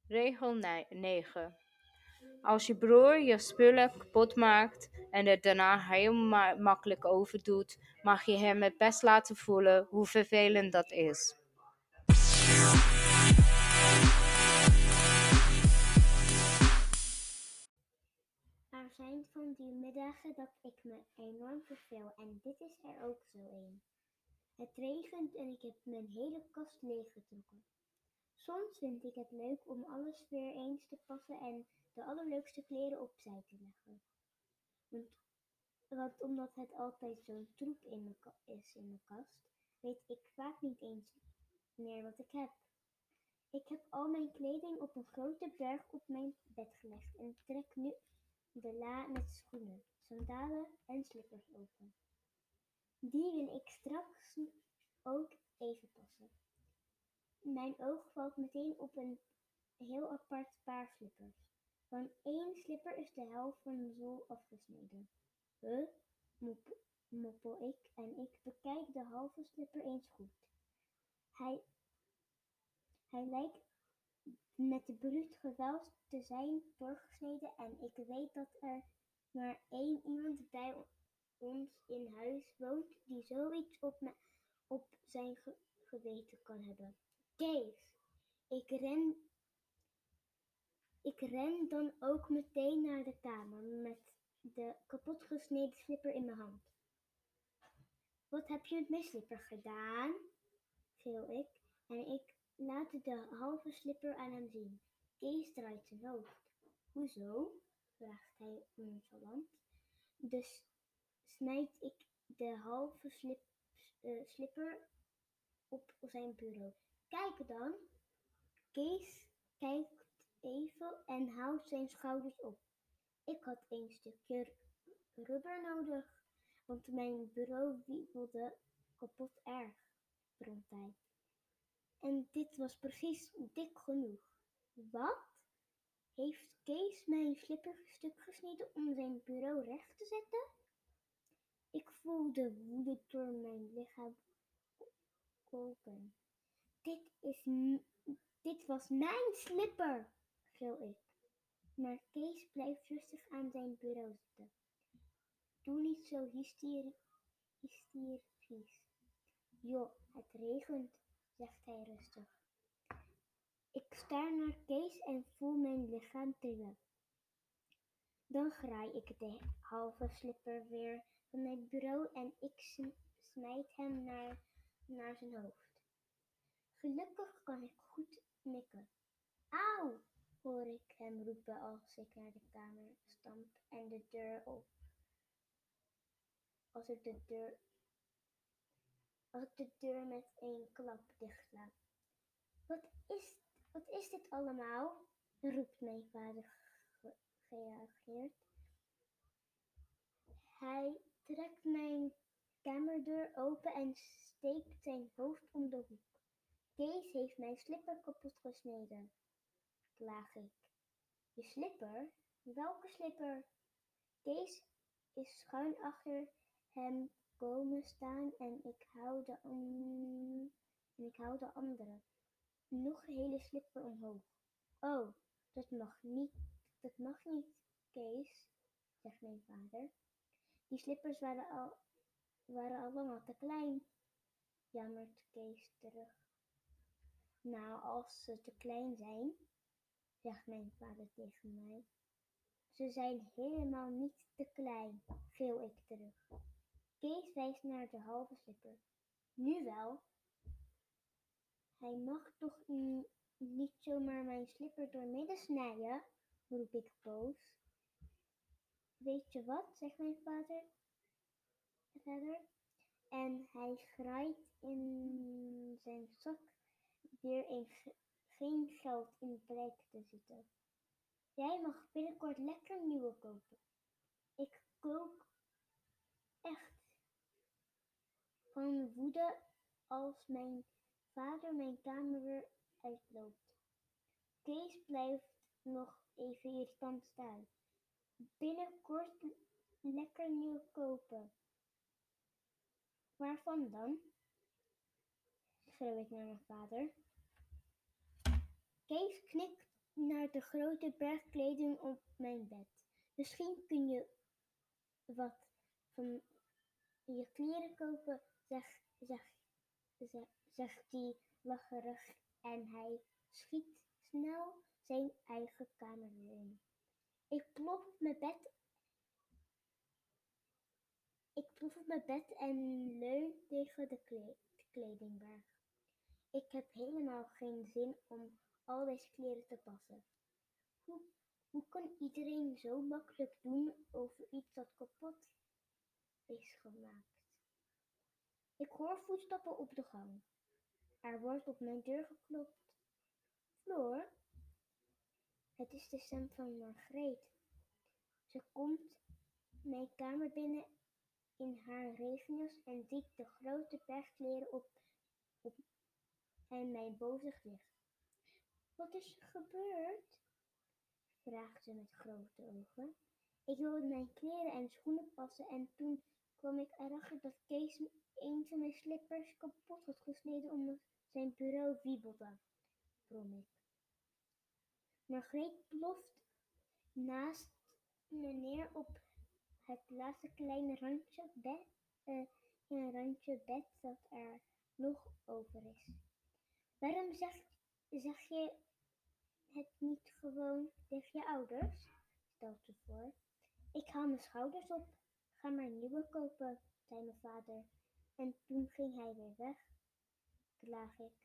Regel 9. Als je broer je spullen kapot maakt en het daarna heel makkelijk overdoet, mag je hem het best laten voelen hoe vervelend dat is. Er zijn van die middagen dat ik me enorm verveel en dit is er ook zo een. Het regent en ik heb mijn hele kast leeggetrokken. Soms vind ik het leuk om alles weer eens te passen en de allerleukste kleren opzij te leggen. Want omdat het altijd zo'n troep is in mijn kast, weet ik vaak niet eens meer wat ik heb. Ik heb al mijn kleding op een grote berg op mijn bed gelegd en trek nu de la met schoenen, sandalen en slippers open. Die wil ik straks ook even passen. Mijn oog valt meteen op een heel apart paar slippers. Van één slipper is de helft van de zool afgesneden. Huh? Moppel ik en ik bekijk de halve slipper eens goed. Hij lijkt met de bruut geweld te zijn doorgesneden en ik weet dat er maar één iemand bij ons in huis woont die zoiets op zijn geweten kan hebben. Kees! Ik ren dan ook meteen naar de kamer met de kapotgesneden slipper in mijn hand. Wat heb je met mijn slipper gedaan? Gil ik en ik laat de halve slipper aan hem zien. Kees draait zijn hoofd. Hoezo? Vraagt hij nonchalant. Dus snijd ik de halve slipper op zijn bureau. Kijk dan! Kees kijkt even en houdt zijn schouders op. Ik had een stukje rubber nodig, want mijn bureau wiebelde kapot erg, bromt hij. En dit was precies dik genoeg. Wat? Heeft Kees mijn slipper stuk gesneden om zijn bureau recht te zetten? Ik voel de woede door mijn lichaam koken. Dit was mijn slipper, gil ik. Maar Kees blijft rustig aan zijn bureau zitten. Doe niet zo hysterisch. Joh, het regent, zegt hij rustig. Ik staar naar Kees en voel mijn lichaam trillen. Dan graai ik de halve slipper weer van het bureau en ik smijt hem naar zijn hoofd. Gelukkig kan ik goed mikken. Auw, hoor ik hem roepen als ik naar de kamer stamp en de deur op. Als ik de deur met een klap dichtlaat. Wat is dit allemaal? Roept mijn vader gereageerd. Hij trekt mijn kamerdeur open en steekt zijn hoofd om de hoek. Kees heeft mijn slipper kapot gesneden, klaag ik. Je slipper? Welke slipper? Kees is schuin achter hem komen staan en ik hou de andere, nog hele slipper omhoog. Oh, dat mag niet, Kees, zegt mijn vader. Die slippers waren allemaal te klein, jammert Kees terug. Nou, als ze te klein zijn, zegt mijn vader tegen mij. Ze zijn helemaal niet te klein, gil ik terug. Kees wijst naar de halve slipper. Nu wel. Hij mag toch niet zomaar mijn slipper doormidden snijden, roep ik boos. Weet je wat, zegt mijn vader verder. En hij graait in zijn zak weer geen geld in bereik te zitten. Jij mag binnenkort lekker nieuwe kopen. Ik kook echt van woede als mijn vader mijn kamer weer uitloopt. Kees blijft nog even irritant staan. Binnenkort lekker nieuw kopen. Waarvan dan? Schreeuw ik naar mijn vader. Kees knikt naar de grote berg kleding op mijn bed. Misschien kun je wat van je kleren kopen, zegt hij lacherig en hij schiet snel zijn eigen kamer weer in. Ik plof op mijn bed en leun tegen de kledingberg. Ik heb helemaal geen zin om al deze kleren te passen. Hoe kan iedereen zo makkelijk doen over iets dat kapot is gemaakt? Ik hoor voetstappen op de gang. Er wordt op mijn deur geklopt. Floor, het is de stem van Margreet. Ze komt mijn kamer binnen in haar regenjas en ziet de grote berg kleren op en mijn boze gezicht. Wat is er gebeurd? Vraagt ze met grote ogen. Ik wilde mijn kleren en schoenen passen en toen kwam ik erachter dat Kees een van mijn slippers kapot had gesneden omdat zijn bureau wiebelde, brom ik. Margreet ploft naast me neer op het laatste kleine randje bed dat er nog over is. Waarom zeg je het niet gewoon tegen je ouders? Stelt ze voor. Ik haal mijn schouders op. Ga maar nieuwe kopen, zei mijn vader. En toen ging hij weer weg, klaag ik.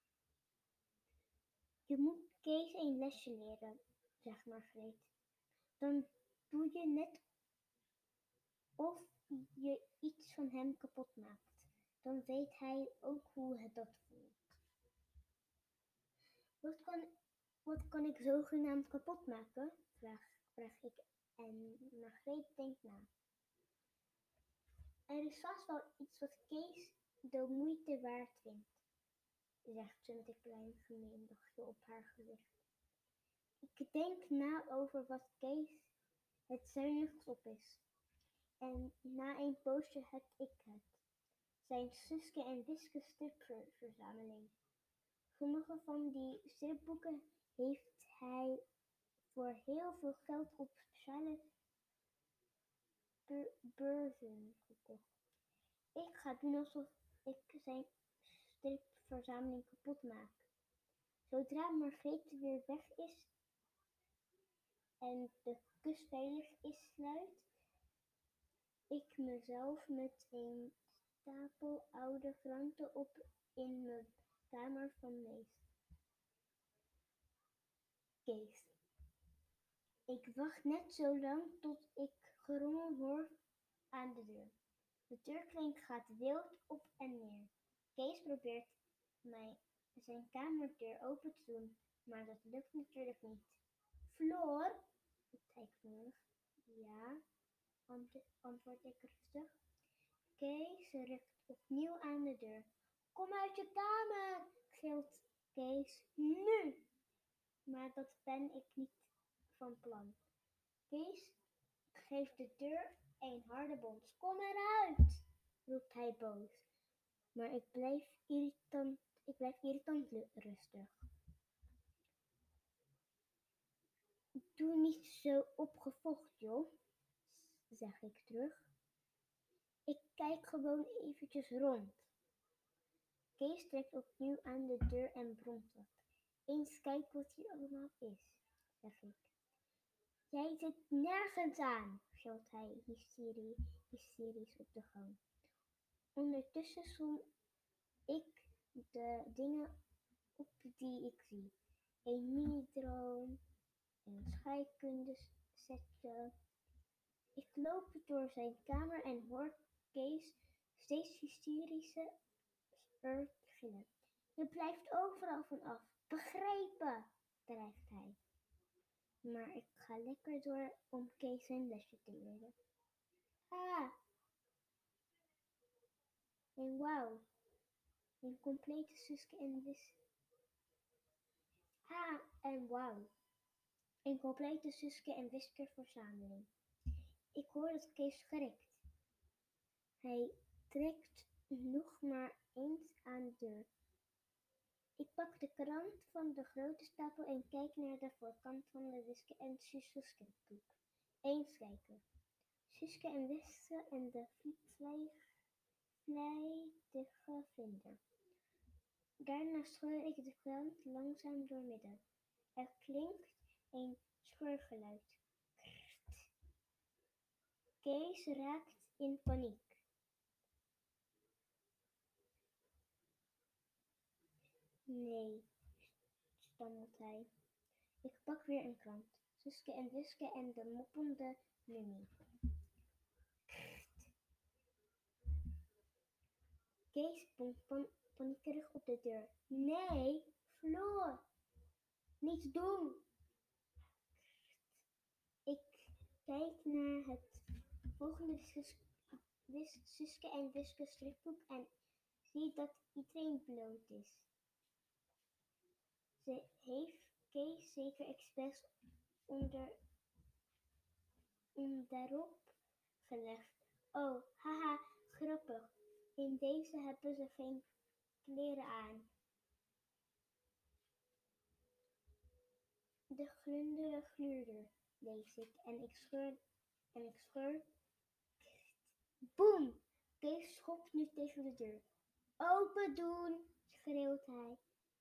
Je moet Kees een lesje leren, zegt Margreet. Dan doe je net of je iets van hem kapot maakt. Dan weet hij ook hoe het dat voelt. Wat kan ik zogenaamd kapot maken? Vraag ik en Margreet denkt na. Er is vast wel iets wat Kees de moeite waard vindt, zegt ze met een klein glimlachje op haar gezicht. Ik denk na over wat Kees het zuinigst op is. En na een poosje heb ik het. Zijn Suske en Wiske stripverzameling. Sommige van die stripboeken heeft hij voor heel veel geld op speciale beurzen gekocht. Ik ga doen alsof ik zijn stripverzameling kapot maak. Zodra Margreet weer weg is en de kus veilig is, sluit ik mezelf met een stapel oude kranten op in mijn kamer van meest. Kees. Ik wacht net zo lang tot ik gerommel hoor aan de deur. De deurklink gaat wild op en neer. Kees probeert zijn kamerdeur open te doen, maar dat lukt natuurlijk niet. Floor, roept hij knorrig. Ja, antwoord ik rustig. Kees rukt opnieuw aan de deur. Kom uit je kamer, gilt Kees. Nu! Maar dat ben ik niet van plan. Kees geeft de deur een harde bons. Kom eruit, roept hij boos. Maar ik blijf irritant rustig. Doe niet zo opgefokt, joh, zeg ik terug. Ik kijk gewoon eventjes rond. Kees trekt opnieuw aan de deur en bromt wat. Eens kijk wat hier allemaal is, zeg ik. Jij zit nergens aan, gilt hij hysterisch op de gang. Ondertussen som ik de dingen op die ik zie. Een mini-drone, een scheikundesetje. Ik loop door zijn kamer en hoor Kees steeds hysterischer gillen. Je blijft overal van af. Begrepen, dreigt hij. Maar ik ga lekker door om Kees zijn lesje te leren. Ah, en wauw, een complete Suske en Wiske. Ah, en wauw, een complete Suske en Wiske verzameling. Ik hoor dat Kees schrikt. Hij trekt nog maar eens aan de deur. Ik pak de krant van de grote stapel en kijk naar de voorkant van de Wiske en Suske stripboek. Eens kijken. Suske en Wiske en de vlijtige vlinder. Daarna scheur ik de krant langzaam doormidden. Er klinkt een scheurgeluid. Kees raakt in paniek. Nee, stammelt hij. Ik pak weer een krant. Suske en Wiske en de moppende mummie. Kees bonkt paniekerig op de deur. Nee, Floor, niets doen. Ik kijk naar het volgende Suske en Wiske stripboek en zie dat iedereen bloot is. Ze heeft Kees zeker expres onderop gelegd. Oh, haha, grappig. In deze hebben ze geen kleren aan. De glundere gluurder, lees ik en ik scheur. Boem! Kees schopt nu tegen de deur. Open doen, schreeuwt hij.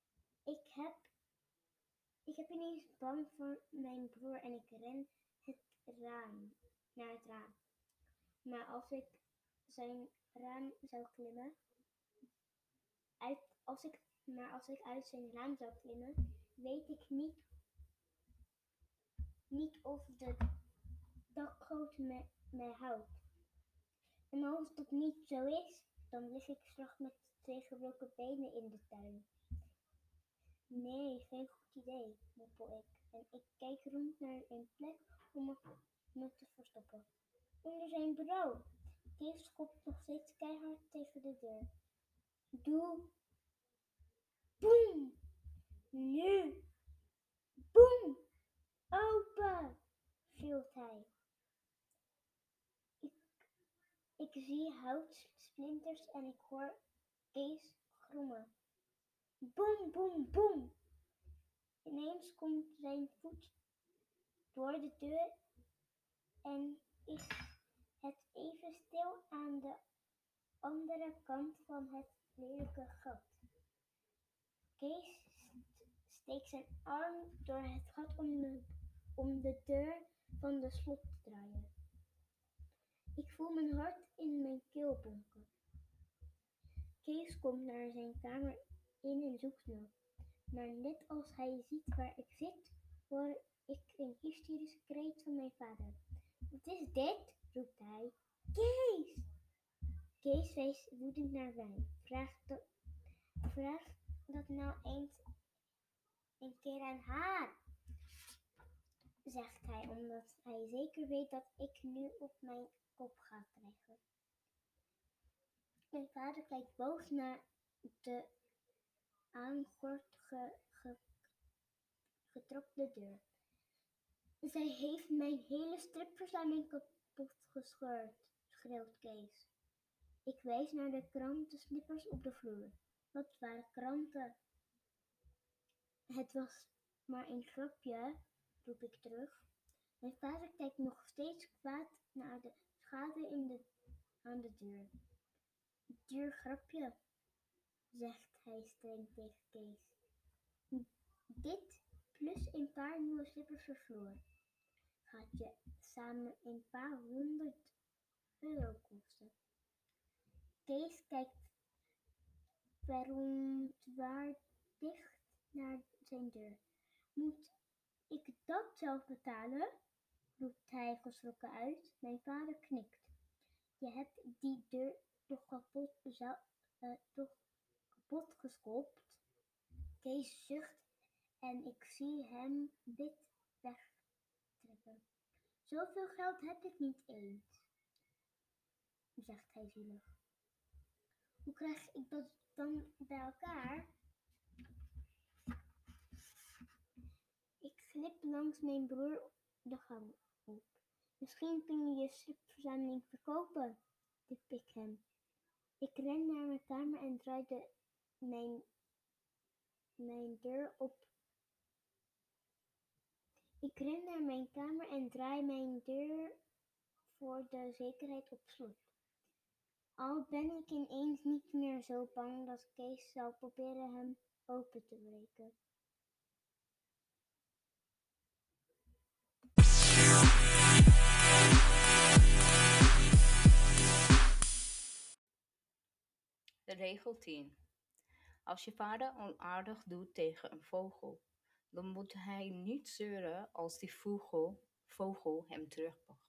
Ik heb ineens bang voor mijn broer en ik ren naar het raam. Maar als ik zijn raam zou klimmen, als ik uit zijn raam zou klimmen, weet ik niet of de dakgoot mij houdt. En als dat niet zo is, dan lig ik straks met 2 gebroken benen in de tuin. Nee, geen goed idee, moppel ik. En ik kijk rond naar een plek om me te verstoppen. Onder zijn bureau. Kees schopt nog steeds keihard tegen de deur. Doe! Boem! Nu! Boem! Open! gilt hij. Ik zie houtsplinters en ik hoor Kees grommen. Boem, boem, boem! Ineens komt zijn voet door de deur en is het even stil aan de andere kant van het lelijke gat. Kees steekt zijn arm door het gat om de deur van de slot te draaien. Ik voel mijn hart in mijn keel bonken. Kees komt naar zijn kamer in en zoekt me. Maar net als hij ziet waar ik zit, hoor ik een hysterische kreet van mijn vader. Wat is dit? roept hij. Kees! Kees wijst woedend naar mij. Vraag dat nou eens een keer aan haar, zegt hij, omdat hij zeker weet dat ik nu op mijn kop ga krijgen. Mijn vader kijkt boos naar de aangord getrokte deur. Zij heeft mijn hele stripverzameling kapot gescheurd, schreeuwt Kees. Ik wijs naar de krantensnippers op de vloer. Wat waren kranten? Het was maar een grapje, roep ik terug. Mijn vader kijkt nog steeds kwaad naar de schade aan de deur. Duur grapje, zegt hij streng tegen Kees. Dit plus een paar nieuwe slippers voor Floor gaat je samen een paar €100 kosten. Kees kijkt verontwaardigd naar zijn deur. Moet ik dat zelf betalen? Roept hij geschrokken uit. Mijn vader knikt. Je hebt die deur toch kapot geskopt? Kees zucht en ik zie hem dit wegtrekken. Zoveel geld heb ik niet eens, zegt hij zielig. Hoe krijg ik dat dan bij elkaar? Ik glip langs mijn broer de gang op. Misschien kun je je stripverzameling verkopen, tip ik hem. Ik ren naar mijn kamer en draai mijn mijn deur op. Ik ren naar mijn kamer en draai mijn deur voor de zekerheid op slot. Al ben ik ineens niet meer zo bang dat Kees zal proberen hem open te breken. Regel 10. Als je vader onaardig doet tegen een vogel, dan moet hij niet zeuren als die vogel hem terugpakt.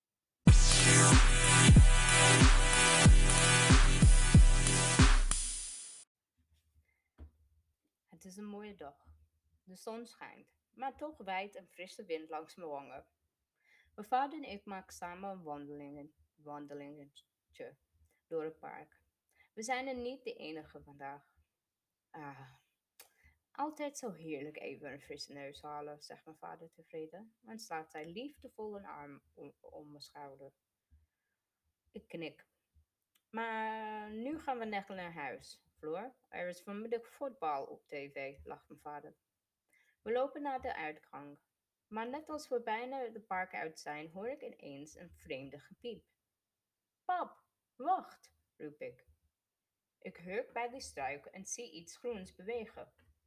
Het is een mooie dag. De zon schijnt, maar toch waait een frisse wind langs mijn wangen. Mijn vader en ik maken samen een wandelingetje door het park. We zijn er niet de enige vandaag. Ah, altijd zo heerlijk even een frisse neus halen, zegt mijn vader tevreden en slaat hij liefdevol een arm om mijn schouder. Ik knik. Maar nu gaan we net naar huis. Floor, er is vanmiddag voetbal op tv, lacht mijn vader. We lopen naar de uitgang. Maar net als we bijna de park uit zijn, hoor ik ineens een vreemde gepiep. Pap, wacht, roep ik. Ik hurk bij die struik en zie iets groens bewegen.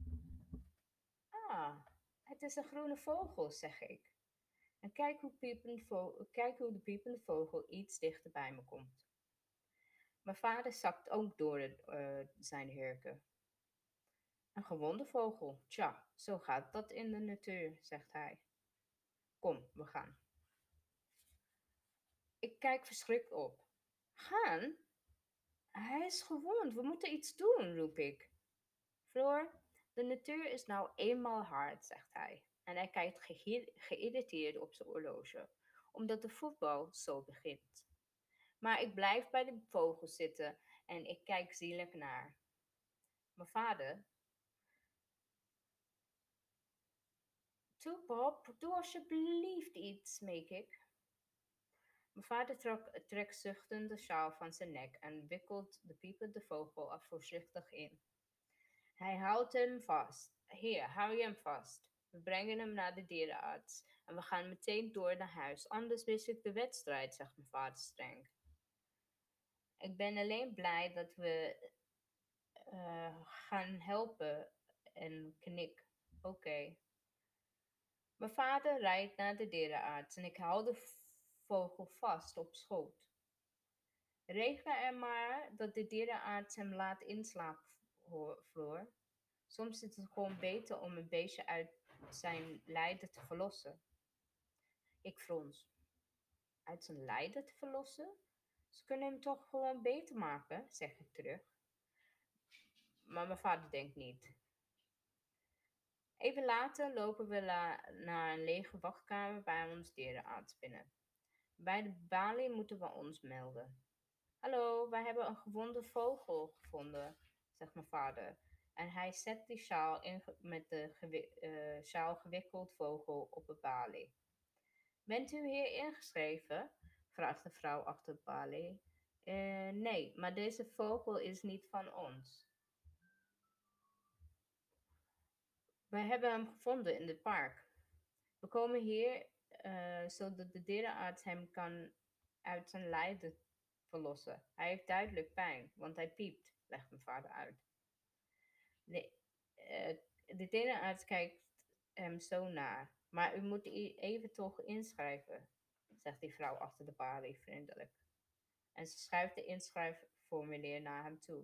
Ah, het is een groene vogel, zeg ik. En kijk hoe de piepende vogel iets dichter bij me komt. Mijn vader zakt ook door zijn hurken. Een gewonde vogel, tja, zo gaat dat in de natuur, zegt hij. Kom, we gaan. Ik kijk verschrikt op. Gaan? Hij is gewond, we moeten iets doen, roep ik. Floor, de natuur is nou eenmaal hard, zegt hij. En hij kijkt geïrriteerd op zijn horloge, omdat de voetbal zo begint. Maar ik blijf bij de vogel zitten en ik kijk zielig naar. Mijn vader. Toe, Bob, doe alsjeblieft iets, smeek ik. Mijn vader trekt zuchtend de sjaal van zijn nek en wikkelt de piepende vogel er voorzichtig in. Hij houdt hem vast. Hier, hou je hem vast. We brengen hem naar de dierenarts en we gaan meteen door naar huis, anders mis ik de wedstrijd, zegt mijn vader streng. Ik ben alleen blij dat we gaan helpen en knik. Oké. Mijn vader rijdt naar de dierenarts en ik hou de vogel vast op schoot. Regel er maar dat de dierenarts hem laat inslapen, Floor. Soms is het gewoon beter om een beestje uit zijn lijden te verlossen. Ik frons. Uit zijn lijden te verlossen? Ze kunnen hem toch gewoon beter maken, zeg ik terug. Maar mijn vader denkt niet. Even later lopen we naar een lege wachtkamer bij ons dierenarts binnen. Bij de balie moeten we ons melden. Hallo, wij hebben een gewonde vogel gevonden, zegt mijn vader. En hij zet die sjaal met de sjaal gewikkeld vogel op de balie. Bent u hier ingeschreven? Vraagt de vrouw achter de balie. Nee, maar deze vogel is niet van ons. We hebben hem gevonden in het park. We komen hier zodat de dierenarts hem kan uit zijn lijden verlossen. Hij heeft duidelijk pijn, want hij piept, legt mijn vader uit. De dierenarts kijkt hem zo na. Maar u moet even toch inschrijven, zegt die vrouw achter de balie vriendelijk. En ze schuift de inschrijfformulier naar hem toe.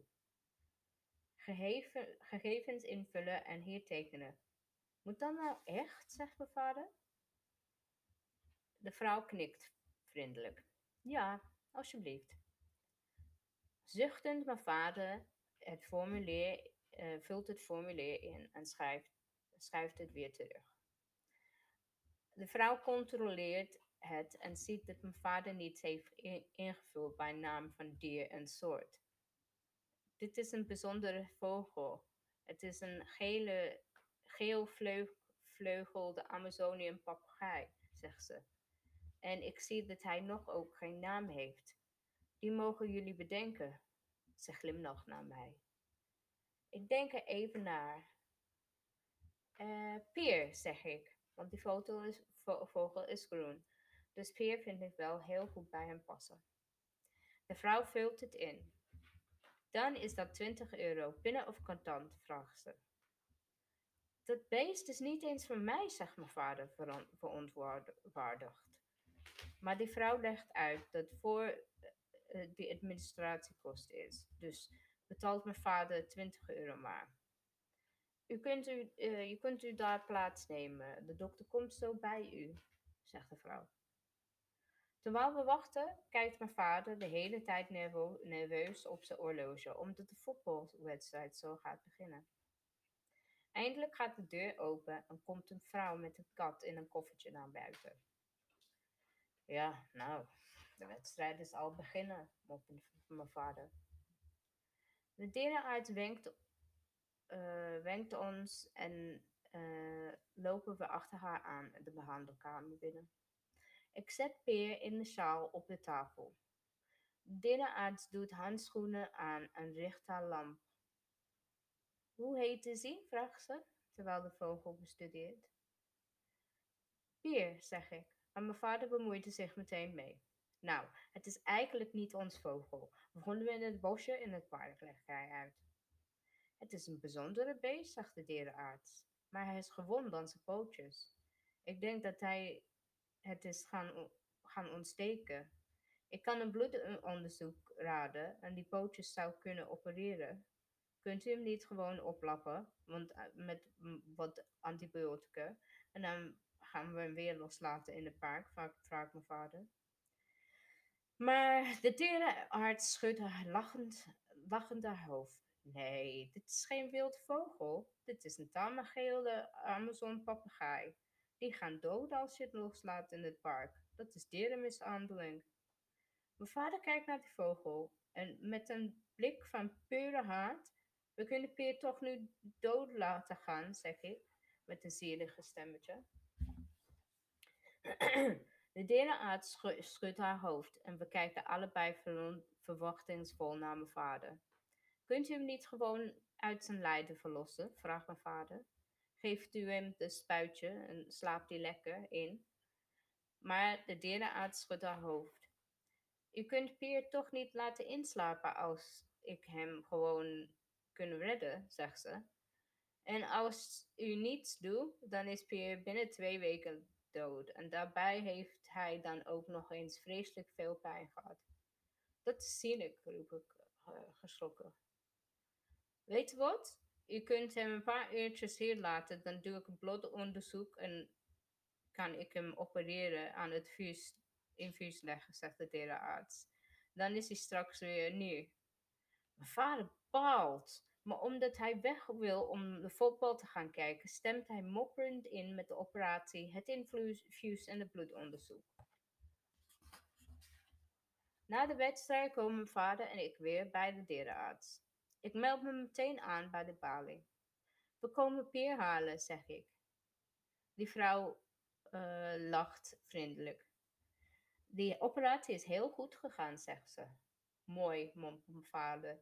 Gegevens invullen en hier tekenen. Moet dat nou echt, zegt mijn vader. De vrouw knikt vriendelijk. Ja, alsjeblieft. Zuchtend mijn vader vult het formulier in en schrijft het weer terug. De vrouw controleert het en ziet dat mijn vader niets heeft ingevuld bij naam van dier en soort. Dit is een bijzondere vogel. Het is een geelvleugelde Amazonian papegaai, zegt ze. En ik zie dat hij nog ook geen naam heeft. Die mogen jullie bedenken. Ze glimlacht naar mij. Ik denk er even naar. Peer, zeg ik, want die vogel is groen. Dus Peer vind ik wel heel goed bij hem passen. De vrouw vult het in. Dan is dat 20 euro, pinnen of contant, vraagt ze. Dat beest is niet eens voor mij, zegt mijn vader verontwaardigd. Maar die vrouw legt uit dat voor die administratiekost is. Dus betaalt mijn vader 20 euro maar. Je kunt u daar plaatsnemen. De dokter komt zo bij u, zegt de vrouw. Terwijl we wachten, kijkt mijn vader de hele tijd nerveus op zijn horloge, omdat de voetbalwedstrijd zo gaat beginnen. Eindelijk gaat de deur open en komt een vrouw met een kat in een koffertje naar buiten. Ja, nou, de wedstrijd is al beginnen, moppert mijn vader. De dierenarts wenkt ons en lopen we achter haar aan de behandelkamer binnen. Ik zet Peer in de sjaal op de tafel. De dierenarts doet handschoenen aan en richt haar lamp. Hoe heet ze? Vraagt ze, terwijl de vogel bestudeert. Peer, zeg ik, maar mijn vader bemoeide zich meteen mee. Nou, het is eigenlijk niet ons vogel. We vonden hem in het bosje in het park, legt hij uit. Het is een bijzondere beest, zegt de dierenarts, maar hij is gewond dan zijn pootjes. Ik denk dat hij het is gaan ontsteken. Ik kan een bloedonderzoek raden en die pootjes zou kunnen opereren. Kunt u hem niet gewoon oplappen met wat antibiotica en dan gaan we hem weer loslaten in het park, vraagt mijn vader. Maar de dierenarts schudt lachend haar hoofd. Nee, dit is geen wilde vogel. Dit is een tamme gele Amazon-papegaai. Die gaan dood als je het loslaat in het park. Dat is dierenmishandeling. Mijn vader kijkt naar die vogel en met een blik van pure haat. We kunnen Peer toch nu dood laten gaan, zeg ik, met een zielige stemmetje. De dierenarts schudt haar hoofd en we kijken allebei verwachtingsvol naar mijn vader. Kunt u hem niet gewoon uit zijn lijden verlossen? Vraagt mijn vader. Geeft u hem de spuitje en slaapt hij lekker in? Maar de dierenarts schudt haar hoofd. U kunt Peer toch niet laten inslapen als ik hem gewoon kan redden, zegt ze. En als u niets doet, dan is Peer binnen 2 weken dood. En daarbij heeft hij dan ook nog eens vreselijk veel pijn gehad. Dat is zielig, roep ik geschrokken. Weet je wat? U kunt hem een paar uurtjes hier laten, dan doe ik een bloedonderzoek en kan ik hem opereren aan het infuus leggen, zegt de dierenarts. Dan is hij straks weer nieuw. Mijn vader baalt, maar omdat hij weg wil om de voetbal te gaan kijken, stemt hij mopperend in met de operatie, het infuus en het bloedonderzoek. Na de wedstrijd komen mijn vader en ik weer bij de dierenarts. Ik meld me meteen aan bij de balie. We komen Peer halen, zeg ik. Die vrouw lacht vriendelijk. Die operatie is heel goed gegaan, zegt ze. Mooi, mompelt mijn vader,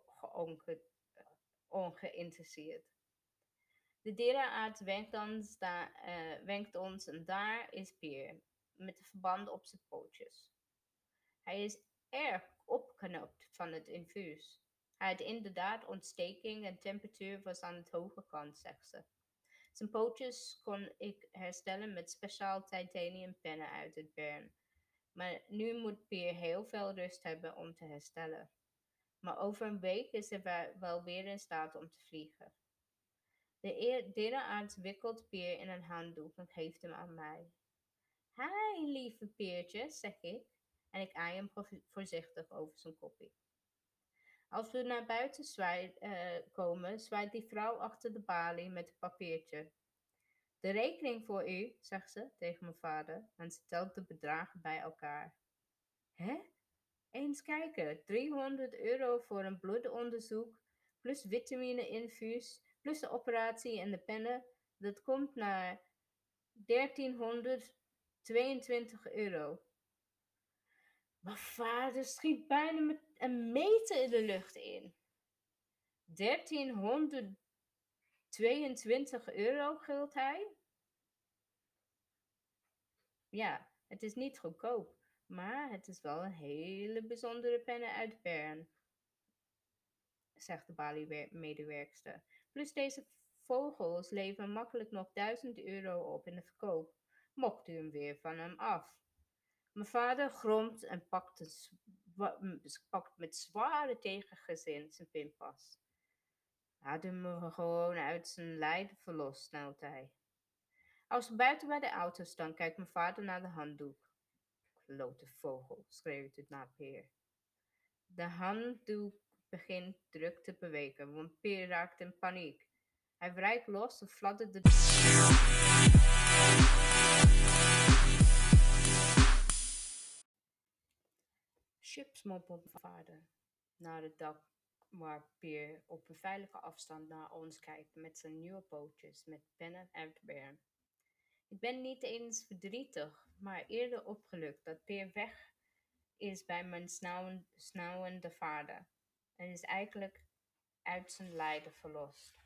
ongeïnteresseerd. De dierenarts wenkt ons en daar is Peer, met de verbanden op zijn pootjes. Hij is erg opgeknapt van het infuus. Hij had inderdaad ontsteking en temperatuur was aan de hoge kant, zegt ze. Zijn pootjes kon ik herstellen met speciaal titanium pennen uit het Bern. Maar nu moet Peer heel veel rust hebben om te herstellen. Maar over een week is hij wel weer in staat om te vliegen. De dierenarts wikkelt Peer in een handdoek en geeft hem aan mij. Hi, lieve Peertje, zeg ik. En ik aai hem voorzichtig over zijn koppie. Als we naar buiten komen, zwaait die vrouw achter de balie met een papiertje. De rekening voor u, zegt ze tegen mijn vader, en ze telt de bedragen bij elkaar. Hè? Eens kijken, 300 euro voor een bloedonderzoek, plus vitamine-infuus, plus de operatie en de pennen, dat komt naar 1322 euro. Mijn vader schiet bijna met een meter in de lucht in. 1322 €22, gilt hij. Ja, het is niet goedkoop, maar het is wel een hele bijzondere pennen uit Bern, zegt de Bali-medewerkster. Plus deze vogels leveren makkelijk nog €1000 op in de verkoop, mocht u hem weer van hem af. Mijn vader gromt en pakt met zware tegengezin zijn pinpas. Laat hem me gewoon uit zijn lijden verlost, snauwt hij. Als we buiten bij de auto staan, kijkt mijn vader naar de handdoek. Klote vogel, schreeuwt het naar Peer. De handdoek begint druk te bewegen, want Peer raakt in paniek. Hij wrijft los en fladdert de chips, mompelt mijn vader naar het dak waar Peer op een veilige afstand naar ons kijkt met zijn nieuwe pootjes met pennen uit Bern. Ik ben niet eens verdrietig, maar eerder opgelucht dat Peer weg is bij mijn snauwende vader en is eigenlijk uit zijn lijden verlost.